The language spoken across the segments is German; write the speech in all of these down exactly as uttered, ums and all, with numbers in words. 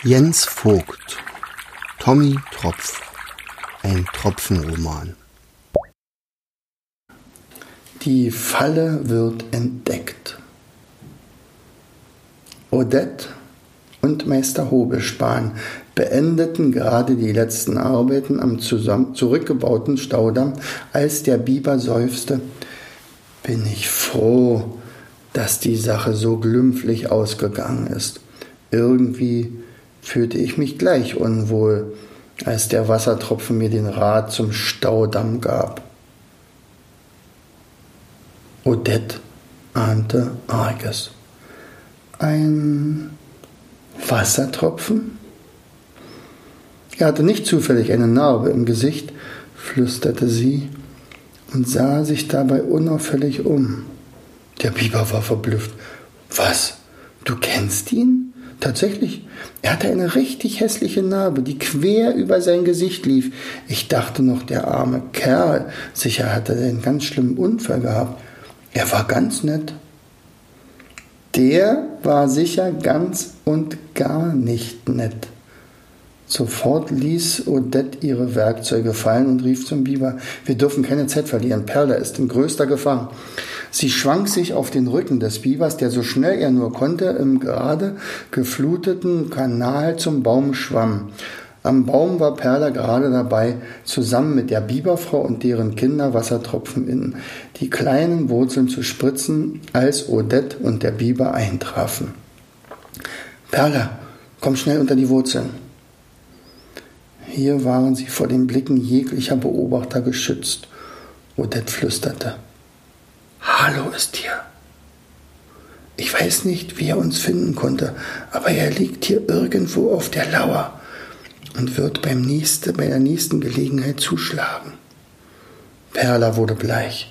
Jens Vogt, Tommy Tropf, ein Tropfenroman. Die Falle wird entdeckt. Odette und Meister Hobelspahn beendeten gerade die letzten Arbeiten am zusammen zurückgebauten Staudamm, als der Biber seufzte: »Bin ich froh, dass die Sache so glimpflich ausgegangen ist. Irgendwie fühlte ich mich gleich unwohl, als der Wassertropfen mir den Rat zum Staudamm gab.« Odette ahnte Arges. Ein Wassertropfen? Er hatte nicht zufällig eine Narbe im Gesicht, flüsterte sie und sah sich dabei unauffällig um. Der Biber war verblüfft. »Was? Du kennst ihn?« »Tatsächlich, er hatte eine richtig hässliche Narbe, die quer über sein Gesicht lief. Ich dachte noch, der arme Kerl, sicher hatte er einen ganz schlimmen Unfall gehabt. Er war ganz nett.« Der war sicher ganz und gar nicht nett. Sofort ließ Odette ihre Werkzeuge fallen und rief zum Biber: »Wir dürfen keine Zeit verlieren, Perla ist in größter Gefahr.« Sie schwang sich auf den Rücken des Bibers, der so schnell er nur konnte im gerade gefluteten Kanal zum Baum schwamm. Am Baum war Perla gerade dabei, zusammen mit der Biberfrau und deren Kinder Wassertropfen in die kleinen Wurzeln zu spritzen, als Odette und der Biber eintrafen. »Perla, komm schnell unter die Wurzeln!« Hier waren sie vor den Blicken jeglicher Beobachter geschützt. Odette flüsterte: »Harlow ist hier. Ich weiß nicht, wie er uns finden konnte, aber er liegt hier irgendwo auf der Lauer und wird beim nächste, bei der nächsten Gelegenheit zuschlagen.« Perla wurde bleich.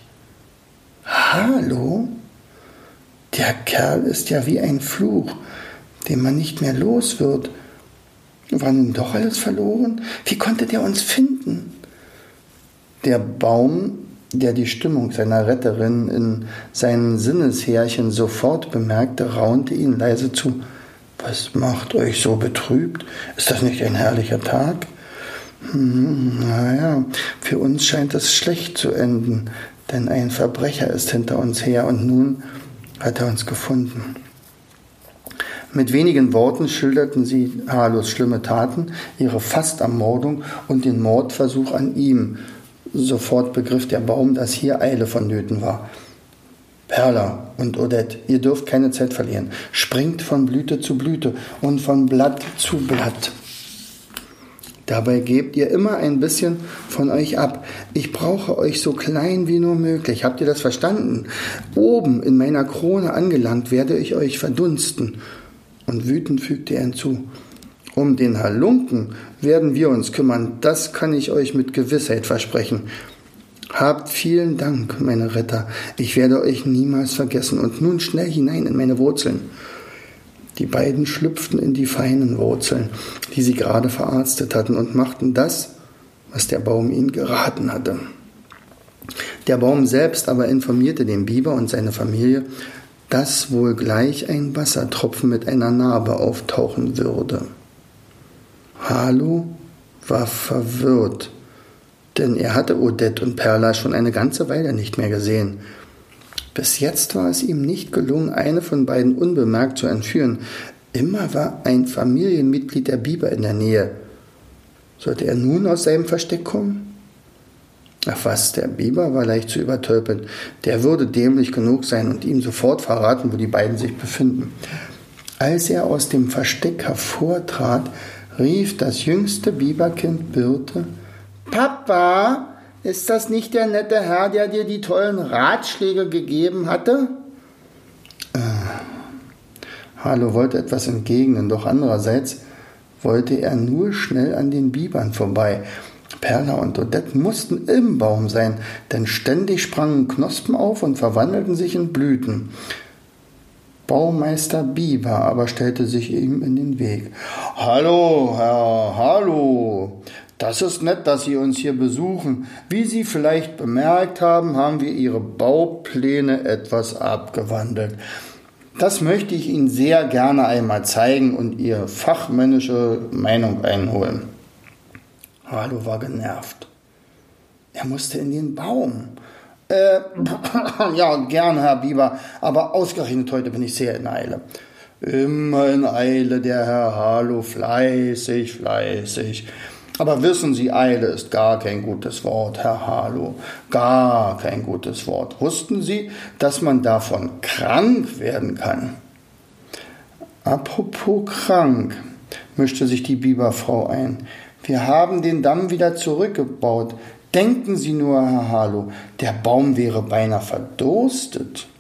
»Harlow? Der Kerl ist ja wie ein Fluch, den man nicht mehr los wird. War nun doch alles verloren? Wie konnte der uns finden?« Der Baum, der die Stimmung seiner Retterin in seinen Sinneshärchen sofort bemerkte, raunte ihn leise zu: »Was macht euch so betrübt? Ist das nicht ein herrlicher Tag?« Hm, naja, für uns scheint es schlecht zu enden, denn ein Verbrecher ist hinter uns her und nun hat er uns gefunden.« Mit wenigen Worten schilderten sie Harlows schlimme Taten, ihre Fastermordung und den Mordversuch an ihm. Sofort begriff der Baum, dass hier Eile vonnöten war. »Perla und Odette, ihr dürft keine Zeit verlieren. Springt von Blüte zu Blüte und von Blatt zu Blatt. Dabei gebt ihr immer ein bisschen von euch ab. Ich brauche euch so klein wie nur möglich. Habt ihr das verstanden? Oben in meiner Krone angelangt, werde ich euch verdunsten.« Und wütend fügte er hinzu: »Um den Halunken werden wir uns kümmern, das kann ich euch mit Gewissheit versprechen. Habt vielen Dank, meine Retter, ich werde euch niemals vergessen. Und nun schnell hinein in meine Wurzeln.« Die beiden schlüpften in die feinen Wurzeln, die sie gerade verarztet hatten, und machten das, was der Baum ihnen geraten hatte. Der Baum selbst aber informierte den Biber und seine Familie, dass wohl gleich ein Wassertropfen mit einer Narbe auftauchen würde. Harlow war verwirrt, denn er hatte Odette und Perla schon eine ganze Weile nicht mehr gesehen. Bis jetzt war es ihm nicht gelungen, eine von beiden unbemerkt zu entführen. Immer war ein Familienmitglied der Biber in der Nähe. Sollte er nun aus seinem Versteck kommen? Ach was, der Biber war leicht zu übertölpeln. Der würde dämlich genug sein und ihm sofort verraten, wo die beiden sich befinden. Als er aus dem Versteck hervortrat, rief das jüngste Biberkind Birte: »Papa, ist das nicht der nette Herr, der dir die tollen Ratschläge gegeben hatte?« Äh, Harlow wollte etwas entgegnen, doch andererseits wollte er nur schnell an den Bibern vorbei. Perla und Odette mussten im Baum sein, denn ständig sprangen Knospen auf und verwandelten sich in Blüten. Baumeister Biber aber stellte sich ihm in den Weg. »Hallo, Herr Harlow, das ist nett, dass Sie uns hier besuchen. Wie Sie vielleicht bemerkt haben, haben wir Ihre Baupläne etwas abgewandelt. Das möchte ich Ihnen sehr gerne einmal zeigen und Ihre fachmännische Meinung einholen. Harlow war genervt. Er musste in den Baum. Äh, ja, gern, Herr Biber, aber ausgerechnet heute bin ich sehr in Eile. Immer in Eile, der Herr Harlow, fleißig, fleißig. Aber wissen Sie, Eile ist gar kein gutes Wort, Herr Harlow, gar kein gutes Wort. Wussten Sie, dass man davon krank werden kann? Apropos krank, mischte sich die Biberfrau ein. Wir haben den Damm wieder zurückgebaut. Denken Sie nur, Herr Harlow, der Baum wäre beinahe verdurstet.